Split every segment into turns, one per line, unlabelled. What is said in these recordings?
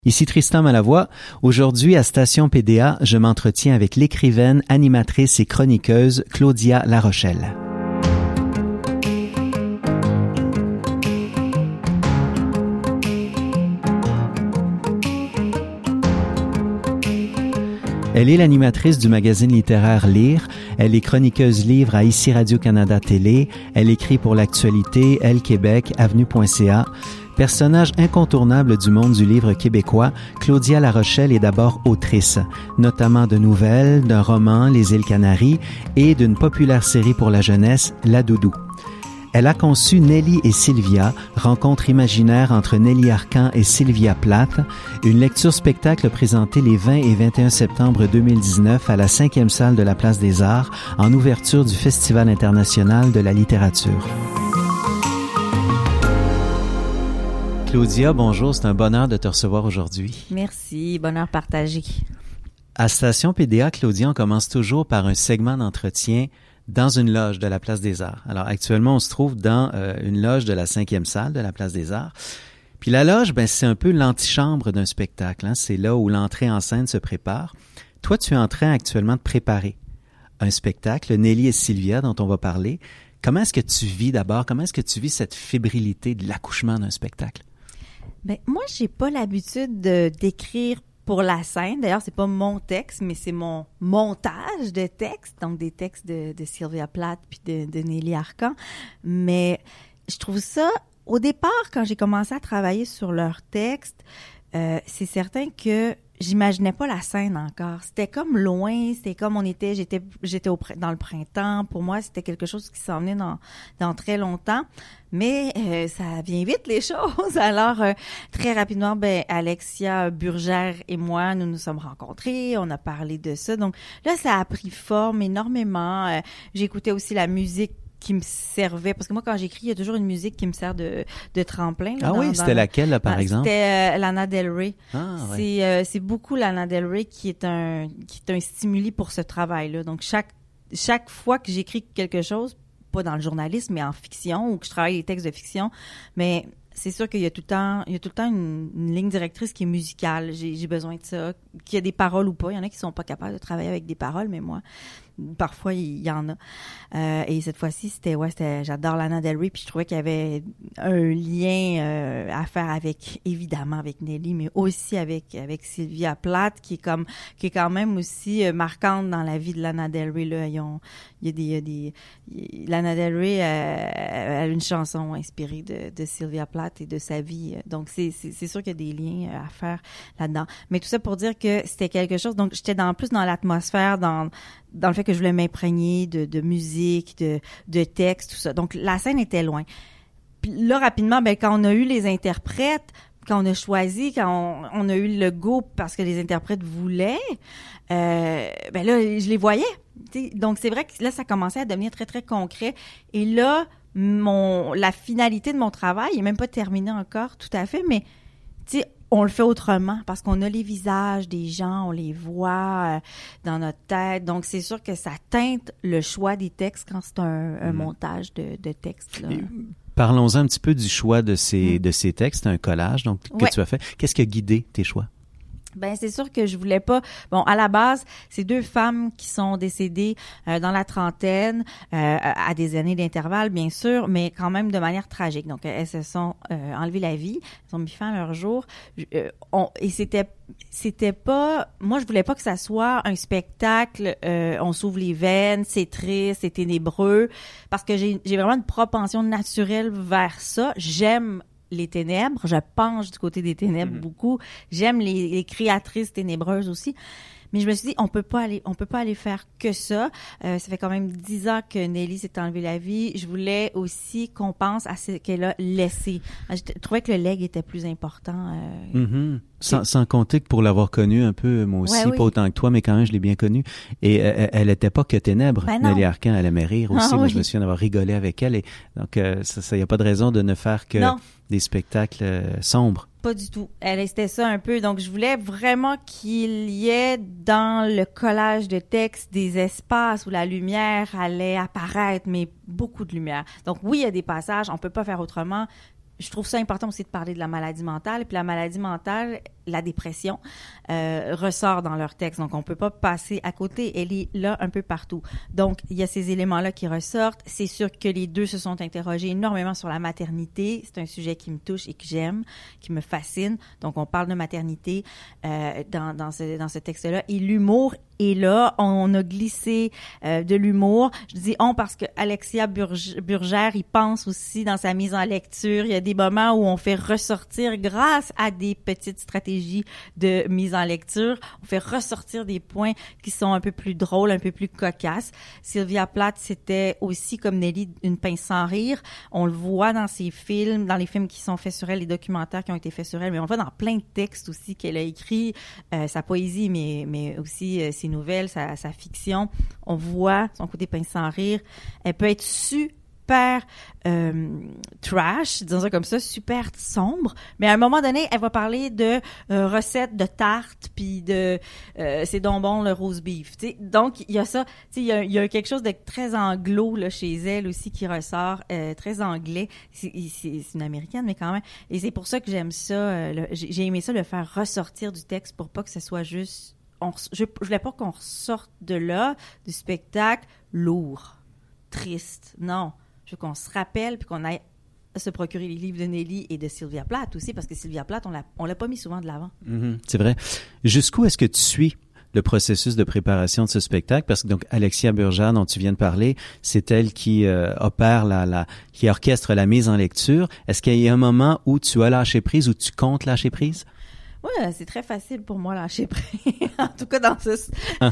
Ici Tristan Malavoie. Aujourd'hui, à Station PDA, je m'entretiens avec l'écrivaine, animatrice et chroniqueuse Claudia Larochelle. Elle est l'animatrice du magazine littéraire Lire. Elle est chroniqueuse livre à Ici Radio-Canada Télé. Elle écrit pour l'actualité, Elle Québec, Avenue.ca. Personnage incontournable du monde du livre québécois, Claudia Larochelle est d'abord autrice, notamment de nouvelles, d'un roman, Les Îles Canaries, et d'une populaire série pour la jeunesse, La Doudou. Elle a conçu Nelly et Sylvia, rencontre imaginaire entre Nelly Arcan et Sylvia Plath, une lecture-spectacle présentée les 20 et 21 septembre 2019 à la 5e salle de la Place des Arts, en ouverture du Festival international de la littérature. Claudia, bonjour, c'est un bonheur de te recevoir aujourd'hui.
Merci, bonheur partagé.
À Station PDA, Claudia, on commence toujours par un segment d'entretien dans une loge de la Place des Arts. Alors actuellement, on se trouve dans une loge de la 5e salle de la Place des Arts. Puis la loge, c'est un peu l'antichambre d'un spectacle. Hein? C'est là où l'entrée en scène se prépare. Toi, tu es en train actuellement de préparer un spectacle, Nelly et Sylvia, dont on va parler. Comment est-ce que tu vis d'abord? Comment est-ce que tu vis cette fébrilité de l'accouchement d'un spectacle?
Moi, j'ai pas l'habitude d'écrire pour la scène. D'ailleurs, c'est pas mon texte, mais c'est mon montage de textes, donc des textes de Sylvia Plath puis de Nelly Arcan. Mais je trouve ça, au départ, quand j'ai commencé à travailler sur leurs textes, c'est certain que j'imaginais pas la scène encore. C'était comme loin, c'était comme j'étais dans le printemps. Pour moi, c'était quelque chose qui s'en venait dans très longtemps. Mais ça vient vite, les choses. Alors, très rapidement, Alexia Burgère et moi, nous sommes rencontrés, on a parlé de ça. Donc là, ça a pris forme énormément. J'écoutais aussi la musique qui me servait, parce que moi, quand j'écris, il y a toujours une musique qui me sert de tremplin. Là,
c'était laquelle, là, par exemple?
C'était Lana Del Rey.
Ah, ouais.
C'est beaucoup Lana Del Rey qui est un stimuli pour ce travail-là. Donc, chaque fois que j'écris quelque chose, pas dans le journalisme, mais en fiction, ou que je travaille les textes de fiction, mais c'est sûr qu'il y a tout le temps une ligne directrice qui est musicale. J'ai besoin de ça, qu'il y a des paroles ou pas. Il y en a qui sont pas capables de travailler avec des paroles, mais moi, parfois, il y en a. Et cette fois-ci, j'adore Lana Del Rey, puis je trouvais qu'il y avait un lien à faire évidemment avec Nelly, mais aussi avec Sylvia Plath, qui est quand même aussi marquante dans la vie de Lana Del Rey. Là. Lana Del Rey a une chanson inspirée de Sylvia Plath et de sa vie. Donc, c'est sûr qu'il y a des liens à faire là-dedans. Mais tout ça pour dire que c'était quelque chose, donc j'étais plus dans l'atmosphère, dans le fait que je voulais m'imprégner de musique, de texte, tout ça. Donc, la scène était loin. Puis là, rapidement, quand on a eu les interprètes, quand on a choisi, quand on a eu le go parce que les interprètes voulaient, là, je les voyais. T'sais. Donc, c'est vrai que là, ça commençait à devenir très, très concret. Et là, la finalité de mon travail n'est même pas terminée encore tout à fait, mais tu sais, on le fait autrement parce qu'on a les visages des gens, on les voit dans notre tête. Donc, c'est sûr que ça teinte le choix des textes quand c'est un montage de textes. Là.
Parlons-en un petit peu du choix de ces textes, un collage que tu as fait. Qu'est-ce qui a guidé tes choix?
C'est sûr que je voulais pas. Bon, à la base, c'est 2 femmes qui sont décédées dans la trentaine, à des années d'intervalle, bien sûr, mais quand même de manière tragique. Donc, elles se sont enlevées la vie, elles ont mis fin à leur jour. Et c'était pas. Moi, je voulais pas que ça soit un spectacle. On s'ouvre les veines, c'est triste, c'est ténébreux, parce que j'ai vraiment une propension naturelle vers ça. J'aime les ténèbres, je penche du côté des ténèbres beaucoup. J'aime les créatrices ténébreuses aussi. Mais je me suis dit, on peut pas aller faire que ça. Ça fait quand même 10 ans que Nelly s'est enlevée la vie. Je voulais aussi qu'on pense à ce qu'elle a laissé. Je trouvais que le legs était plus important.
Sans compter que pour l'avoir connue un peu, moi aussi, pas autant que toi, mais quand même, je l'ai bien connue. Et elle était pas que ténèbres. Nelly Arcan, elle aimait rire aussi. Moi, je me souviens d'avoir rigolé avec elle. Et donc, ça y a pas de raison de ne faire que des spectacles sombres.
Pas du tout. C'était ça un peu. Donc, je voulais vraiment qu'il y ait dans le collage de textes des espaces où la lumière allait apparaître, mais beaucoup de lumière. Donc, oui, il y a des passages, on peut pas faire autrement. Je trouve ça important aussi de parler de la maladie mentale. Puis la maladie mentale, la dépression ressort dans leur texte. Donc, on peut pas passer à côté. Elle est là un peu partout. Donc, il y a ces éléments-là qui ressortent. C'est sûr que les deux se sont interrogés énormément sur la maternité. C'est un sujet qui me touche et que j'aime, qui me fascine. Donc, on parle de maternité dans ce texte-là. Et l'humour est là. On a glissé de l'humour. Je dis on parce que Alexia Burgère, il pense aussi dans sa mise en lecture. Il y a des moments où on fait ressortir, grâce à des petites stratégies de mise en lecture, on fait ressortir des points qui sont un peu plus drôles, un peu plus cocasses. Sylvia Plath, c'était aussi, comme Nelly, une pince sans rire. On le voit dans ses films, dans les films qui sont faits sur elle, les documentaires qui ont été faits sur elle, mais on le voit dans plein de textes aussi qu'elle a écrits, sa poésie, mais aussi ses nouvelles, sa fiction. On voit son côté pince sans rire. Elle peut être super trash, disons ça comme ça, super sombre, mais à un moment donné, elle va parler de recettes de tartes, puis de c'est donc bon le roast beef, tu sais. Donc il y a ça, tu sais, il y a quelque chose de très anglo là chez elle aussi qui ressort, très anglais. C'est une américaine, mais quand même. Et c'est pour ça que j'aime ça. J'ai aimé ça, le faire ressortir du texte pour pas que ce soit juste. Je voulais pas qu'on ressorte de là du spectacle lourd, triste. Non. Je veux qu'on se rappelle puis qu'on aille se procurer les livres de Nelly et de Sylvia Plath aussi, parce que Sylvia Plath, on l'a pas mis souvent de l'avant.
C'est vrai. Jusqu'où est-ce que tu suis le processus de préparation de ce spectacle? Parce que donc Alexia Burgère, dont tu viens de parler, c'est elle qui qui orchestre la mise en lecture. Est-ce qu'il y a un moment où tu as lâché prise, ou tu comptes lâcher prise?
Oui, c'est très facile pour moi lâcher prise. En tout cas, dans ce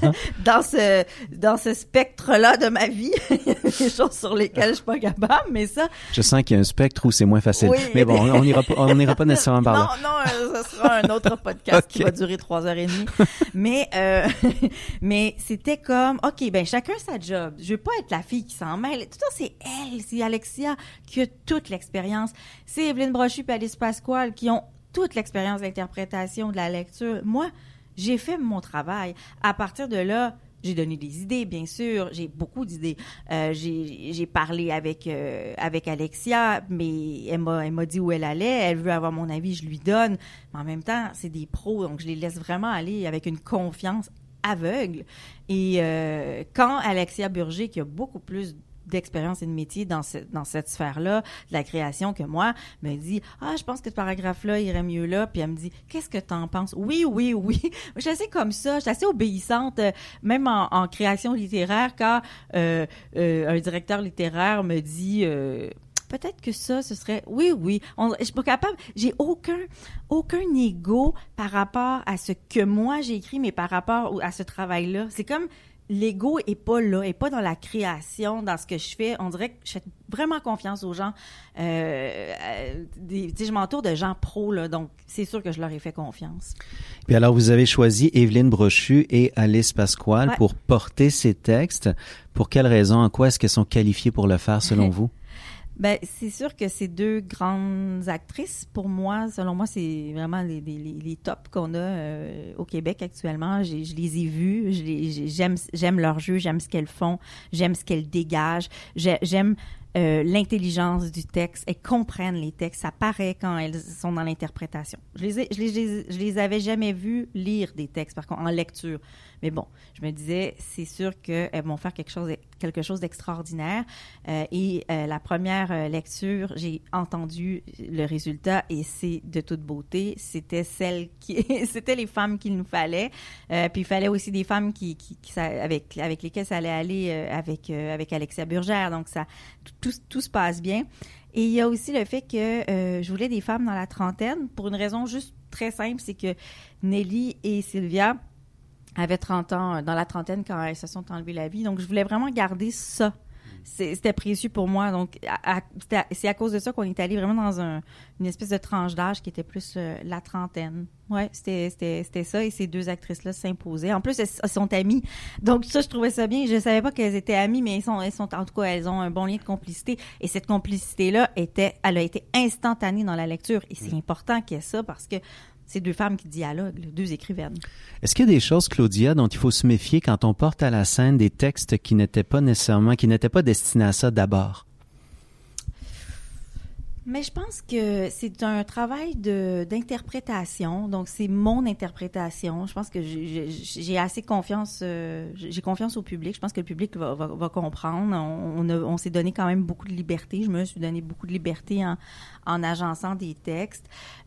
spectre-là de ma vie, il y a des choses sur lesquelles je suis pas capable, mais ça.
Je sens qu'il y a un spectre où c'est moins facile. Oui, mais bon, on n'ira pas nécessairement par là.
Non, ce sera un autre podcast qui va durer 3h30. Mais c'était comme, OK, ben, chacun sa job. Je veux pas être la fille qui s'en mêle. Tout ça, c'est elle, c'est Alexia qui a toute l'expérience. C'est Evelyne Brochu et Alice Pasquale qui ont toute l'expérience d'interprétation, de la lecture. Moi, j'ai fait mon travail. À partir de là, j'ai donné des idées, bien sûr. J'ai beaucoup d'idées. J'ai parlé avec Alexia, mais elle m'a dit où elle allait. Elle veut avoir mon avis, je lui donne. Mais en même temps, c'est des pros, donc je les laisse vraiment aller avec une confiance aveugle. Et quand Alexia Burgère, qui a beaucoup plus d'expérience et de métier dans cette sphère-là, de la création que moi, me dit « Ah, je pense que ce paragraphe-là irait mieux là. » Puis elle me dit « Qu'est-ce que t'en penses? » Oui. Je suis assez comme ça, je suis assez obéissante, même en création littéraire, quand un directeur littéraire me dit peut-être que ça, ce serait... Oui. Je suis pas capable. J'ai aucun ego par rapport à ce que moi j'ai écrit, mais par rapport à ce travail-là. C'est comme... L'ego est pas là, est pas dans la création, dans ce que je fais. On dirait que je fais vraiment confiance aux gens. Je m'entoure de gens pros, là, donc c'est sûr que je leur ai fait confiance.
Puis alors, vous avez choisi Evelyne Brochu et Alice Pasquale pour porter ces textes. Pour quelles raisons? En quoi est-ce qu'elles sont qualifiées pour le faire, selon vous?
Ben, c'est sûr que ces deux grandes actrices, pour moi, selon moi, c'est vraiment les tops qu'on a au Québec actuellement. Je les ai vues, j'aime leur jeu, j'aime ce qu'elles font, j'aime ce qu'elles dégagent, j'aime l'intelligence du texte. Elles comprennent les textes, ça paraît quand elles sont dans l'interprétation. Je les avais jamais vues lire des textes, par contre, en lecture. Mais bon, je me disais, c'est sûr qu'elles vont faire quelque chose d'extraordinaire. Et la première lecture, j'ai entendu le résultat et c'est de toute beauté. C'était c'était les femmes qu'il nous fallait. Puis il fallait aussi des femmes avec lesquelles ça allait aller avec Alexia Burgère. Donc tout se passe bien. Et il y a aussi le fait que je voulais des femmes dans la trentaine pour une raison juste très simple, c'est que Nelly et Sylvia avaient 30 ans dans la trentaine quand elles se sont enlevées la vie. Donc, je voulais vraiment garder ça. C'était précieux pour moi. Donc, c'est à cause de ça qu'on est allé vraiment dans une espèce de tranche d'âge qui était plus la trentaine. Ouais, c'était ça. Et ces deux actrices-là s'imposaient. En plus, elles sont amies. Donc, ça, je trouvais ça bien. Je savais pas qu'elles étaient amies, mais elles sont en tout cas, elles ont un bon lien de complicité. Et cette complicité-là elle a été instantanée dans la lecture. Et c'est important qu'il y ait ça parce que c'est deux femmes qui dialoguent, deux écrivaines. Est-ce
qu'il y a des choses, Claudia, dont il faut se méfier quand on porte à la scène des textes qui n'étaient pas destinés à ça d'abord?
Mais je pense que c'est un travail d'interprétation. Donc, c'est mon interprétation. Je pense que j'ai assez confiance, j'ai confiance au public. Je pense que le public va comprendre. On s'est donné quand même beaucoup de liberté. Je me suis donné beaucoup de liberté en agençant des textes.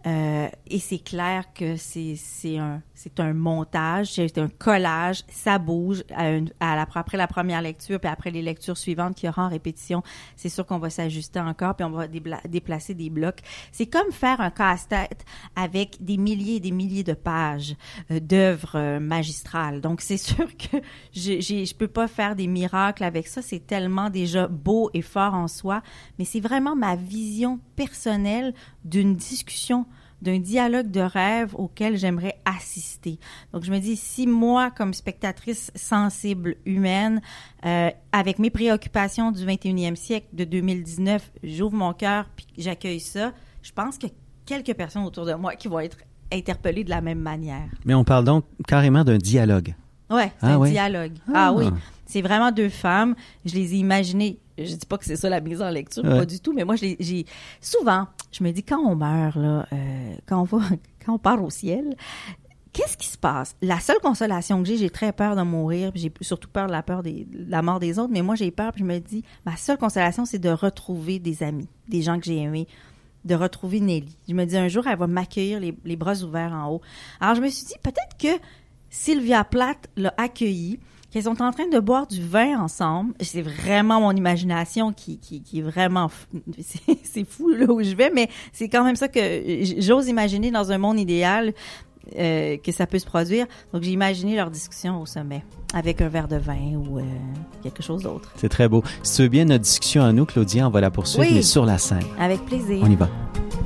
Et c'est clair que c'est un montage, c'est un collage. Ça bouge après la première lecture, puis après les lectures suivantes qu'il y aura en répétition. C'est sûr qu'on va s'ajuster encore, puis on va déplacer des blocs. C'est comme faire un casse-tête avec des milliers et des milliers de pages d'œuvres magistrales. Donc, c'est sûr que je peux pas faire des miracles avec ça. C'est tellement déjà beau et fort en soi, mais c'est vraiment ma vision personnelle d'une discussion, d'un dialogue de rêve auquel j'aimerais assister. Donc, je me dis, si moi, comme spectatrice sensible, humaine, avec mes préoccupations du 21e siècle, de 2019, j'ouvre mon cœur puis j'accueille ça, je pense qu'il y a quelques personnes autour de moi qui vont être interpellées de la même manière.
Mais on parle donc carrément d'un dialogue.
Oui, c'est un dialogue. Ah oui, c'est vraiment deux femmes. Je les ai imaginées. Je dis pas que c'est ça la mise en lecture, pas du tout, mais moi, j'ai souvent, je me dis, quand on meurt, là, quand on part au ciel, qu'est-ce qui se passe? La seule consolation que j'ai très peur de mourir, puis j'ai surtout peur de la mort des autres, mais moi, j'ai peur, puis je me dis, ma seule consolation, c'est de retrouver des amis, des gens que j'ai aimés, de retrouver Nelly. Je me dis, un jour, elle va m'accueillir les bras ouverts en haut. Alors, je me suis dit, peut-être que Sylvia Plath l'a accueillie, qu'elles sont en train de boire du vin ensemble. C'est vraiment mon imagination qui est vraiment... C'est fou là où je vais, mais c'est quand même ça que j'ose imaginer dans un monde idéal que ça peut se produire. Donc, j'ai imaginé leur discussion au sommet avec un verre de vin ou quelque chose d'autre.
C'est très beau. Si tu veux bien notre discussion à nous, Claudia, on va la poursuivre, mais sur la scène.
Avec plaisir.
On y va.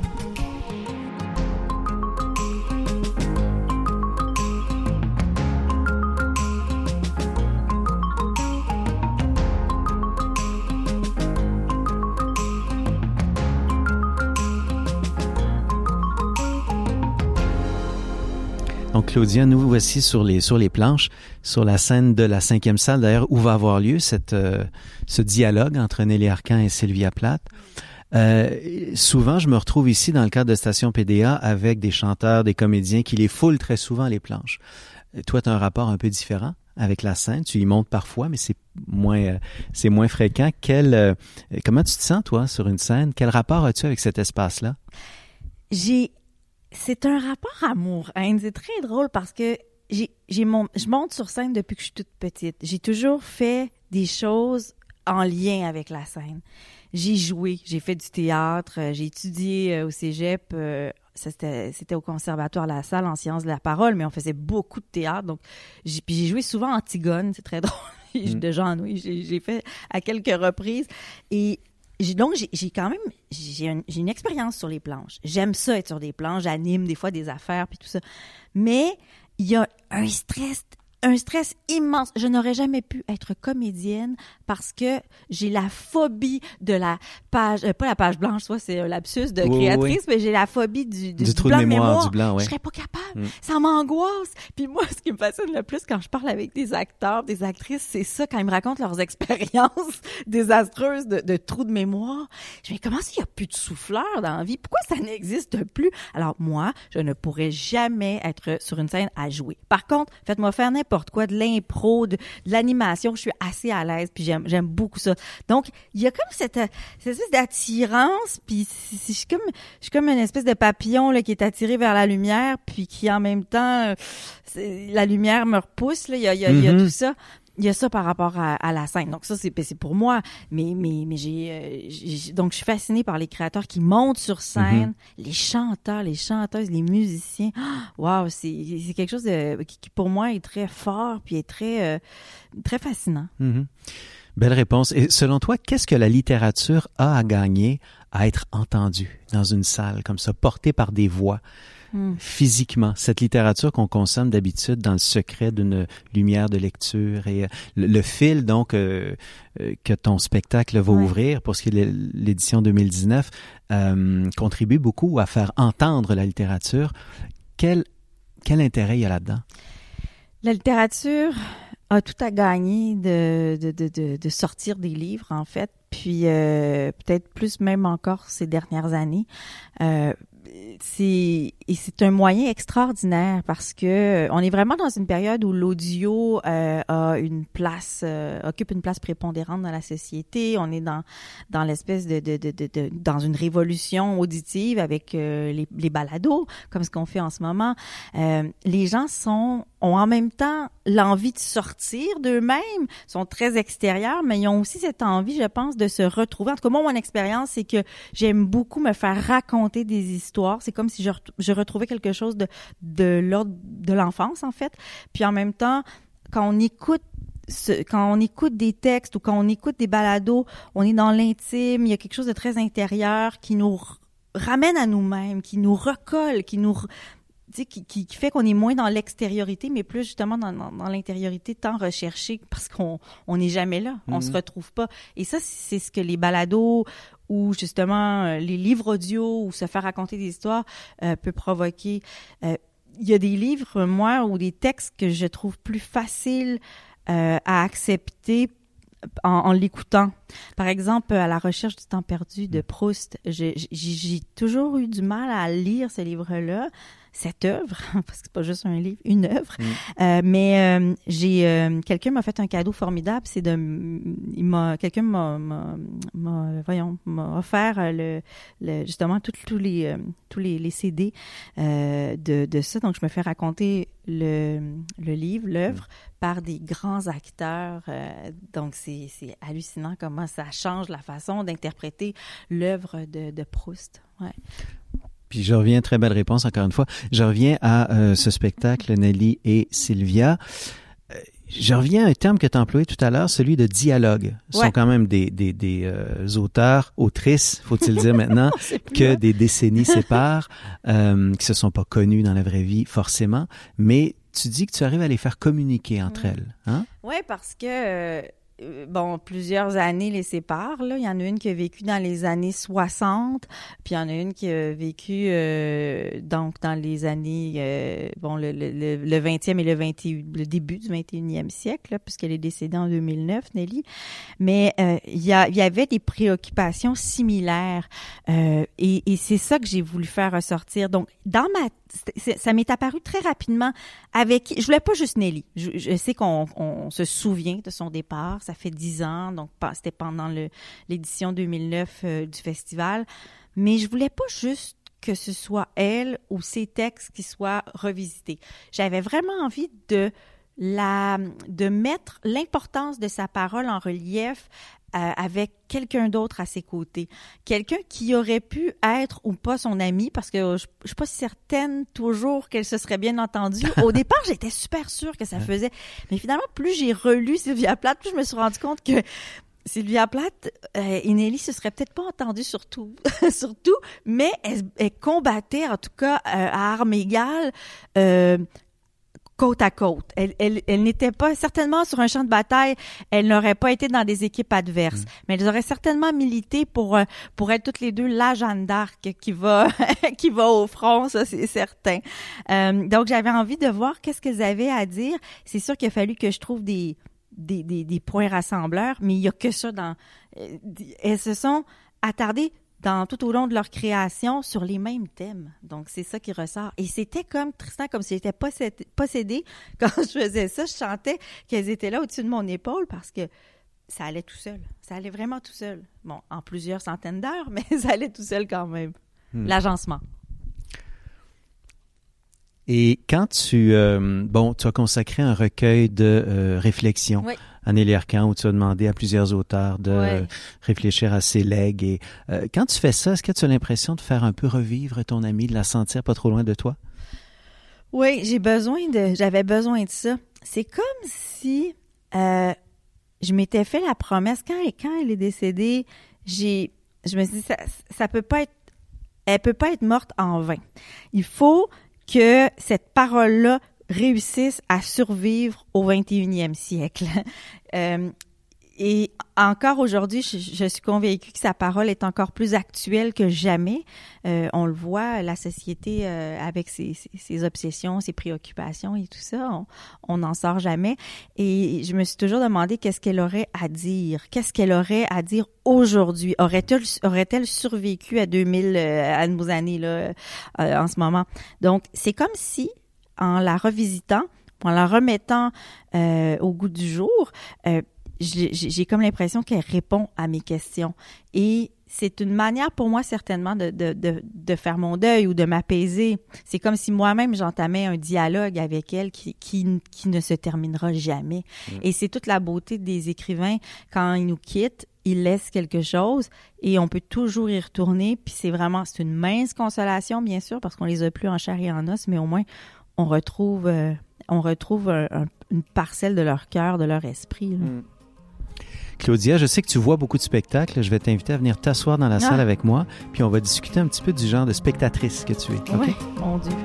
Donc, Claudia, nous voici sur les planches, sur la scène de la 5e salle, d'ailleurs, où va avoir lieu ce dialogue entre Nelly Arcan et Sylvia Plath. Souvent, je me retrouve ici dans le cadre de Station PDA avec des chanteurs, des comédiens qui les foulent très souvent les planches. Toi, tu as un rapport un peu différent avec la scène. Tu y montes parfois, mais c'est moins fréquent. Comment tu te sens, toi, sur une scène? Quel rapport as-tu avec cet espace-là?
C'est un rapport amour-haine. C'est très drôle parce que je monte sur scène depuis que je suis toute petite. J'ai toujours fait des choses en lien avec la scène. J'ai joué, j'ai fait du théâtre, j'ai étudié au cégep. C'était au Conservatoire La Salle en sciences de la parole, mais on faisait beaucoup de théâtre. Donc, j'ai joué souvent Antigone, c'est très drôle. De Jean Anouilh, j'ai fait à quelques reprises. Et donc, j'ai une expérience sur les planches. J'aime ça être sur des planches, j'anime des fois des affaires puis tout ça. Mais il y a un stress immense. Je n'aurais jamais pu être comédienne parce que j'ai la phobie de la page, pas la page blanche, soit c'est un lapsus de créatrice, mais j'ai la phobie du
trou
blanc
de mémoire, du blanc, ouais.
Je serais pas capable. Ça m'angoisse. Puis moi, ce qui me fascine le plus quand je parle avec des acteurs, des actrices, c'est ça, quand ils me racontent leurs expériences désastreuses de trou de mémoire. Je me dis, comment s'il n'y a plus de souffleur dans la vie? Pourquoi ça n'existe plus? Alors moi, je ne pourrais jamais être sur une scène à jouer. Par contre, faites-moi faire n'importe quoi, de l'impro, de l'animation, je suis assez à l'aise, puis j'aime beaucoup ça. Donc, il y a comme cette espèce d'attirance, puis je suis comme une espèce de papillon là, qui est attiré vers la lumière, puis qui en même temps, la lumière me repousse, là, il y a tout ça. Il y a ça par rapport à la scène. Donc ça, c'est pour moi. Mais donc je suis fascinée par les créateurs qui montent sur scène, les chanteurs, les chanteuses, les musiciens. Wow, c'est quelque chose qui pour moi est très fort puis est très très fascinant.
Belle réponse. Et selon toi, qu'est-ce que la littérature a à gagner à être entendue dans une salle comme ça, portée par des voix? Physiquement, cette littérature qu'on consomme d'habitude dans le secret d'une lumière de lecture et le fil donc que ton spectacle va ouvrir pour ce qui est de l'édition 2019 contribue beaucoup à faire entendre la littérature. Quel intérêt il y a là-dedans?
La littérature a tout à gagner de sortir des livres, en fait, puis peut-être plus même encore ces dernières années. C'est un moyen extraordinaire parce que on est vraiment dans une période où l'audio occupe une place prépondérante dans la société. On est dans l'espèce de dans une révolution auditive avec les balados comme ce qu'on fait en ce moment. Les gens ont en même temps l'envie de sortir d'eux-mêmes, sont très extérieurs, mais ils ont aussi cette envie, je pense, de se retrouver. En tout cas, moi, mon expérience, c'est que j'aime beaucoup me faire raconter des histoires. C'est comme si je retrouvais quelque chose de l'ordre de l'enfance, en fait. Puis en même temps, quand on écoute des textes ou quand on écoute des balados, on est dans l'intime, il y a quelque chose de très intérieur qui nous ramène à nous-mêmes, qui nous recolle, qui fait qu'on est moins dans l'extériorité, mais plus justement dans l'intériorité tant recherchée parce qu'on n'est jamais là, on se retrouve pas. Et ça, c'est ce que les balados ou justement les livres audio ou se faire raconter des histoires peut provoquer. Il y a des livres, moi, ou des textes que je trouve plus faciles à accepter en l'écoutant. Par exemple, À la recherche du temps perdu de Proust, j'ai toujours eu du mal à lire ce livre-là, cette œuvre, parce que c'est pas juste un livre, une œuvre. Mais quelqu'un m'a fait un cadeau formidable, quelqu'un m'a offert justement tous les CD de ça. Donc je me fais raconter le livre, l'œuvre par des grands acteurs. Donc c'est hallucinant comment ça change la façon d'interpréter l'œuvre de Proust. Ouais.
Puis je reviens, très belle réponse encore une fois, je reviens à ce spectacle Nelly et Sylvia. Je reviens à un terme que tu as employé tout à l'heure, celui de dialogue. Ce sont quand même des auteurs, autrices, faut-il dire maintenant, que des décennies séparent, qui se sont pas connus dans la vraie vie forcément, mais tu dis que tu arrives à les faire communiquer entre elles. Hein? Oui,
parce que... plusieurs années les séparent. Là. Il y en a une qui a vécu dans les années 60, puis il y en a une qui a vécu donc dans les années le 20e et le début du 21e siècle, là, puisqu'elle est décédée en 2009, Nelly. Mais il y avait des préoccupations similaires et c'est ça que j'ai voulu faire ressortir. Donc, ça m'est apparu très rapidement je voulais pas juste Nelly. Je sais qu'on se souvient de son départ. Ça fait 10 ans, donc c'était pendant l'édition 2009 du festival. Mais je voulais pas juste que ce soit elle ou ses textes qui soient revisités. J'avais vraiment envie de mettre l'importance de sa parole en relief avec quelqu'un d'autre à ses côtés. Quelqu'un qui aurait pu être ou pas son ami, parce que je suis pas certaine toujours qu'elle se serait bien entendue. Au départ, j'étais super sûre que ça faisait. Mais finalement, plus j'ai relu Sylvia Plath, plus je me suis rendu compte que Sylvia Plath et Nelly se seraient peut-être pas entendues surtout, mais elle combattait en tout cas à armes égales, côte à côte. Elle n'était pas certainement sur un champ de bataille. Elle n'aurait pas été dans des équipes adverses, mais elles auraient certainement milité pour être toutes les deux la Jeanne d'Arc qui va au front, ça c'est certain. Donc j'avais envie de voir qu'est-ce qu'elles avaient à dire. C'est sûr qu'il a fallu que je trouve des points rassembleurs, mais il y a que ça elles se sont attardées tout au long de leur création sur les mêmes thèmes. Donc, c'est ça qui ressort. Et c'était comme, Tristan, comme si j'étais possédée. Quand je faisais ça, je chantais qu'elles étaient là au-dessus de mon épaule parce que ça allait tout seul. Ça allait vraiment tout seul. Bon, en plusieurs centaines d'heures, mais ça allait tout seul quand même. L'agencement.
Et quand tu as consacré un recueil de réflexions à Nelly Arcan où tu as demandé à plusieurs auteurs de réfléchir à ses legs. Et quand tu fais ça, est-ce que tu as l'impression de faire un peu revivre ton amie, de la sentir pas trop loin de toi?
Oui, j'avais besoin de ça. C'est comme si je m'étais fait la promesse quand elle est décédée, je me suis dit ça peut pas être, elle peut pas être morte en vain. Il faut que cette parole-là réussisse à survivre au 21e siècle. Et encore aujourd'hui, je suis convaincue que sa parole est encore plus actuelle que jamais. On le voit, la société avec ses obsessions, ses préoccupations et tout ça, on n'en sort jamais. Et je me suis toujours demandé qu'est-ce qu'elle aurait à dire. Qu'est-ce qu'elle aurait à dire aujourd'hui? Aurait-elle survécu à 2000, à nos années là, en ce moment? Donc, c'est comme si, en la revisitant, en la remettant au goût du jour, j'ai comme l'impression qu'elle répond à mes questions. Et c'est une manière pour moi certainement de faire mon deuil ou de m'apaiser. C'est comme si moi-même j'entamais un dialogue avec elle qui ne se terminera jamais. Et c'est toute la beauté des écrivains. Quand ils nous quittent, ils laissent quelque chose et on peut toujours y retourner. Puis c'est une mince consolation, bien sûr, parce qu'on les a plus en chair et en os, mais au moins on retrouve une parcelle de leur cœur, de leur esprit.
Claudia, je sais que tu vois beaucoup de spectacles. Je vais t'inviter à venir t'asseoir dans la salle avec moi, puis on va discuter un petit peu du genre de spectatrice que tu es.
Oui, okay? Mon Dieu.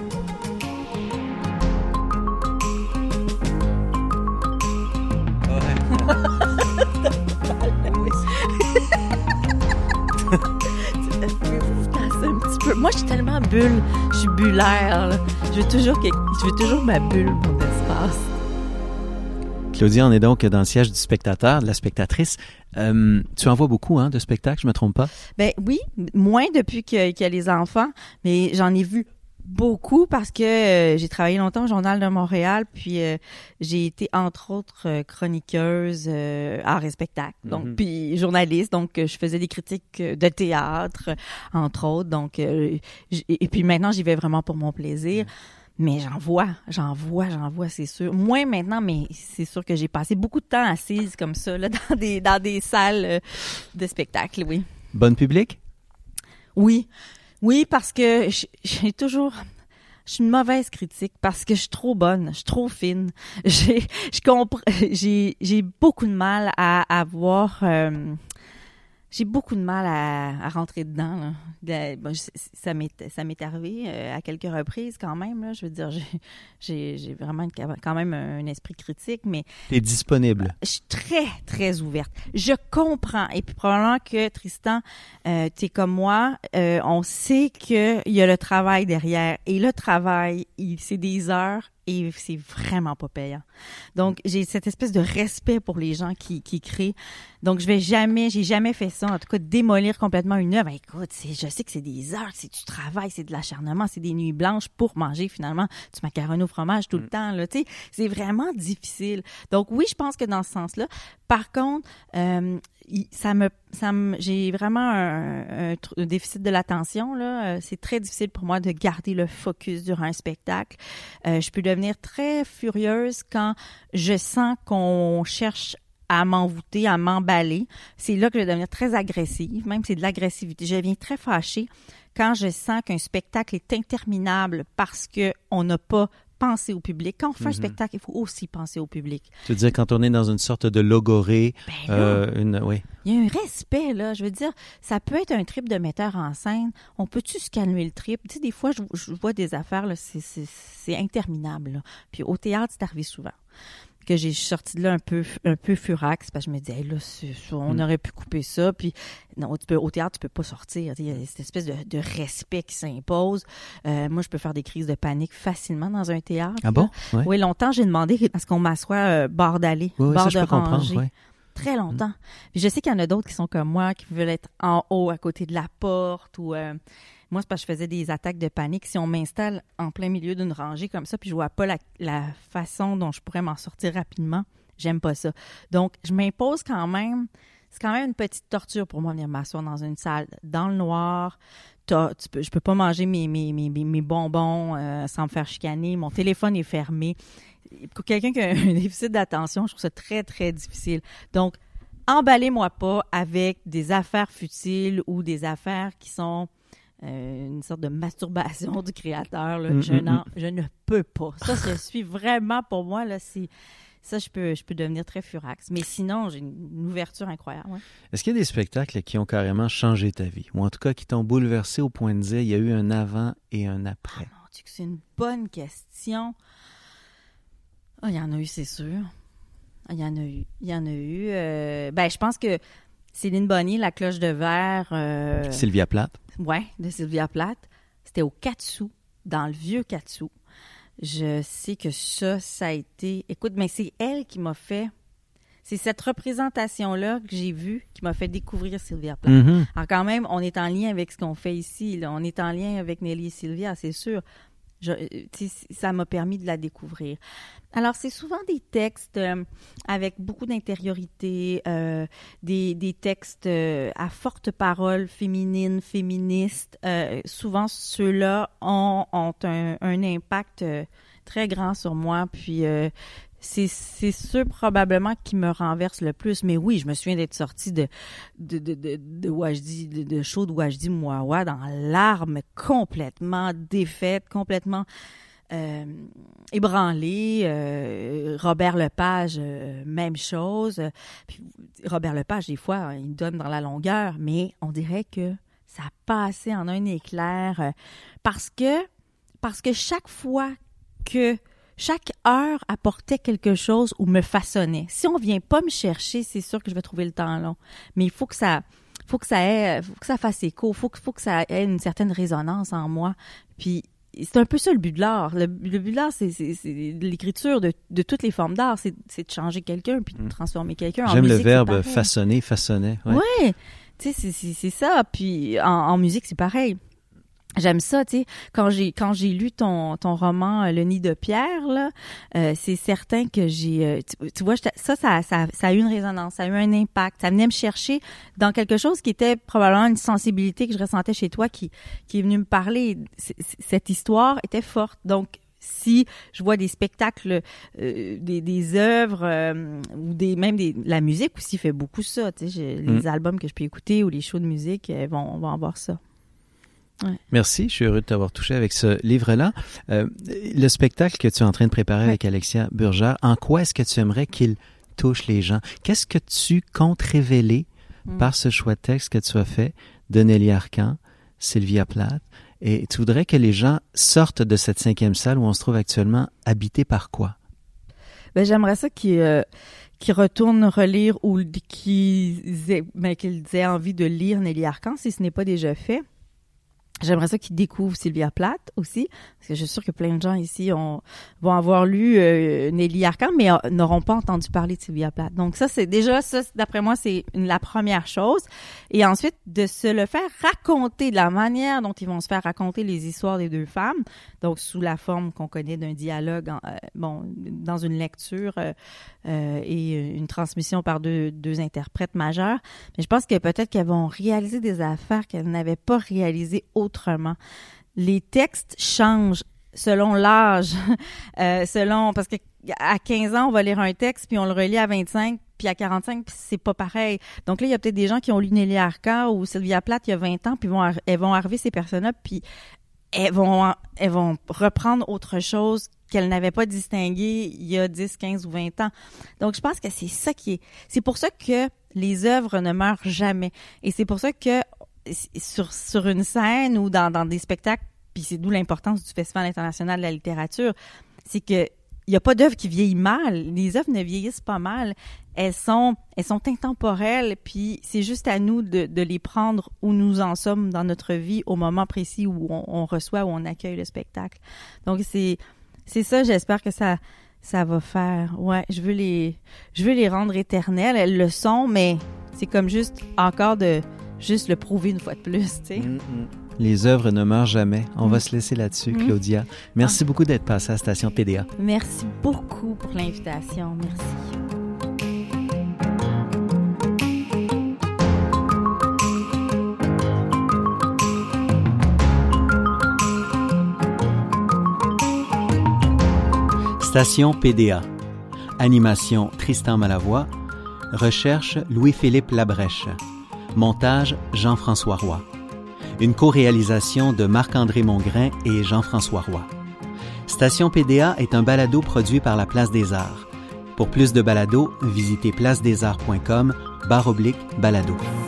Moi, je suis tellement bulle. Je suis bullaire. Là. Je veux toujours ma bulle, mon espace.
Claudia, on est donc dans le siège du spectateur, de la spectatrice. Tu en vois beaucoup, de spectacles, je me trompe pas?
Ben oui, moins depuis qu'il y a les enfants, mais j'en ai vu beaucoup parce que j'ai travaillé longtemps au Journal de Montréal, puis j'ai été entre autres chroniqueuse art et spectacle, donc puis journaliste, donc je faisais des critiques de théâtre entre autres, donc et puis maintenant j'y vais vraiment pour mon plaisir. Mais j'en vois, c'est sûr. Moins maintenant, mais c'est sûr que j'ai passé beaucoup de temps assise comme ça, là, dans des salles de spectacle, oui.
Bon public?
Oui, parce que j'ai toujours... Je suis une mauvaise critique parce que je suis trop bonne, je suis trop fine. J'ai beaucoup de mal à avoir... J'ai beaucoup de mal à rentrer dedans. Là. Ça m'est arrivé à quelques reprises quand même. Là. Je veux dire, j'ai vraiment quand même un esprit critique, mais...
T'es disponible.
Je suis très, très ouverte. Je comprends. Et puis probablement que, Tristan, t'es comme moi, on sait qu'il y a le travail derrière. Et le travail, c'est des heures et c'est vraiment pas payant. Donc, j'ai cette espèce de respect pour les gens qui créent. Donc, j'ai jamais fait ça, en tout cas, démolir complètement une œuvre. Écoute, je sais que c'est des heures, c'est du travail, c'est de l'acharnement, c'est des nuits blanches pour manger, finalement, du macaroni au fromage tout le temps, là, tu sais. C'est vraiment difficile. Donc, oui, je pense que dans ce sens-là. Par contre, j'ai vraiment un déficit de l'attention, là. C'est très difficile pour moi de garder le focus durant un spectacle. Je peux devenir très furieuse quand je sens qu'on cherche à m'envoûter, à m'emballer. C'est là que je vais devenir très agressive, même c'est de l'agressivité. Je deviens très fâchée quand je sens qu'un spectacle est interminable parce qu'on n'a pas pensé au public. Quand on fait un spectacle, il faut aussi penser au public.
Tu veux dire quand on est dans une sorte de logorée, oui.
Il y a un respect, là. Je veux dire, ça peut être un trip de metteur en scène. On peut-tu se calmer le trip? Tu sais, des fois, je vois des affaires, là, c'est interminable, là. Puis au théâtre, c'est arrivé souvent que j'ai sorti de là un peu furax parce que je me disais, hey, là, on aurait pu couper ça. Puis non, au théâtre, tu peux pas sortir. Il y a cette espèce de respect qui s'impose. Moi, je peux faire des crises de panique facilement dans un théâtre.
Ah bon? Ouais.
Oui, longtemps, j'ai demandé à ce qu'on m'assoie bord d'allée, bord de rangée.
Ouais.
Très longtemps. Puis je sais qu'il y en a d'autres qui sont comme moi, qui veulent être en haut, à côté de la porte ou... Moi, c'est parce que je faisais des attaques de panique. Si on m'installe en plein milieu d'une rangée comme ça, puis je vois pas la façon dont je pourrais m'en sortir rapidement, j'aime pas ça. Donc, je m'impose quand même... C'est quand même une petite torture pour moi venir m'asseoir dans une salle dans le noir. Je peux pas manger mes bonbons sans me faire chicaner. Mon téléphone est fermé. Pour quelqu'un qui a un déficit d'attention, je trouve ça très, très difficile. Donc, emballez-moi pas avec des affaires futiles ou des affaires qui sont une sorte de masturbation du créateur. Là. Je ne peux pas. Ça, je suis vraiment, pour moi, là, c'est... Ça, je peux devenir très furax. Mais sinon, j'ai une ouverture incroyable. Ouais.
Est-ce qu'il y a des spectacles qui ont carrément changé ta vie? Ou en tout cas, qui t'ont bouleversé au point de dire il y a eu un avant et un après?
Oh mon Dieu, c'est une bonne question. Oh, il y en a eu, c'est sûr. Il y en a eu. Je pense que Céline Bonnier, La cloche de verre...
Sylvia Plath.
Oui, de Sylvia Plath. C'était au Quat'Sous, dans le vieux Quat'Sous. Je sais que ça a été... Écoute, mais c'est elle qui m'a fait... C'est cette représentation-là que j'ai vue qui m'a fait découvrir Sylvia Plath.
Mm-hmm.
Alors quand même, on est en lien avec ce qu'on fait ici. Là. On est en lien avec Nelly et Sylvia, c'est sûr. Ça m'a permis de la découvrir. Alors, c'est souvent des textes avec beaucoup d'intériorité, des textes à forte parole féminine, féministe. Souvent, ceux-là ont un impact très grand sur moi. Puis, c'est ceux probablement qui me renversent le plus. Mais oui, je me souviens d'être sortie de show de Wajdi Mouawad dans larmes, complètement défaite, complètement ébranlée. Robert Lepage, même chose. Puis Robert Lepage, des fois, il donne dans la longueur, mais on dirait que ça a passé en un éclair parce que chaque fois que chaque heure apportait quelque chose ou me façonnait. Si on vient pas me chercher, c'est sûr que je vais trouver le temps long. Mais il faut que ça fasse écho, faut que ça ait une certaine résonance en moi. Puis c'est un peu ça le but de l'art. Le but de l'art, c'est l'écriture de toutes les formes d'art, c'est de changer quelqu'un puis de transformer quelqu'un.
J'aime le verbe façonner, façonnait.
Ouais, tu sais, c'est ça. Puis en musique, c'est pareil. J'aime ça, tu sais, quand j'ai lu ton roman Le Nid de Pierre là, c'est certain que j'ai tu vois ça a eu une résonance, ça a eu un impact, ça venait me chercher dans quelque chose qui était probablement une sensibilité que je ressentais chez toi qui est venue me parler. Cette histoire était forte. Donc si je vois des spectacles, des œuvres ou la musique aussi fait beaucoup ça, tu sais, les albums que je peux écouter ou les shows de musique vont avoir ça. Ouais.
Merci, je suis heureux de t'avoir touché avec ce livre-là. Le spectacle que tu es en train de préparer avec Alexia Burgère, en quoi est-ce que tu aimerais qu'il touche les gens? Qu'est-ce que tu comptes révéler par ce choix de texte que tu as fait de Nelly Arcan, Sylvia Plath? Et tu voudrais que les gens sortent de cette 5e salle où on se trouve actuellement habités par quoi?
Ben, j'aimerais ça qu'ils retournent relire ou qu'ils aient envie de lire Nelly Arcan si ce n'est pas déjà fait. J'aimerais ça qu'ils découvrent Sylvia Plath aussi, parce que je suis sûre que plein de gens ici vont avoir lu Nelly Arcan, mais n'auront pas entendu parler de Sylvia Plath. Donc ça, d'après moi, c'est la première chose. Et ensuite, de se le faire raconter de la manière dont ils vont se faire raconter les histoires des deux femmes, donc sous la forme qu'on connaît d'un dialogue, dans une lecture et une transmission par deux interprètes majeurs. Mais je pense que peut-être qu'elles vont réaliser des affaires qu'elles n'avaient pas réalisées autrement. Les textes changent selon l'âge, parce que à 15 ans, on va lire un texte, puis on le relit à 25, puis à 45, puis c'est pas pareil. Donc là, il y a peut-être des gens qui ont lu Nelly Arcan ou Sylvia Plath il y a 20 ans, puis elles vont arriver ces personnes-là, puis elles vont reprendre autre chose qu'elles n'avaient pas distingué il y a 10, 15 ou 20 ans. Donc, je pense que c'est ça c'est pour ça que les œuvres ne meurent jamais. Et c'est pour ça que sur une scène ou dans des spectacles, puis c'est d'où l'importance du Festival international de la littérature, c'est que il n'y a pas d'œuvre qui vieillit mal. Les œuvres ne vieillissent pas mal. Elles sont intemporelles, puis c'est juste à nous de les prendre où nous en sommes dans notre vie au moment précis où on reçoit, où on accueille le spectacle. Donc c'est ça, j'espère que ça va faire. Ouais, je veux les rendre éternelles. Elles le sont, mais c'est comme juste encore juste le prouver une fois de plus, tu sais.
Les œuvres ne meurent jamais. On va se laisser là-dessus, Claudia. Merci beaucoup d'être passée à Station PDA.
Merci beaucoup pour l'invitation. Merci.
Station PDA. Animation Tristan Malavoie. Recherche Louis-Philippe Labrèche. Montage Jean-François Roy. Une co-réalisation de Marc-André Mongrain et Jean-François Roy. Station PDA est un balado produit par la Place des Arts. Pour plus de balados, visitez placedesarts.com/balado.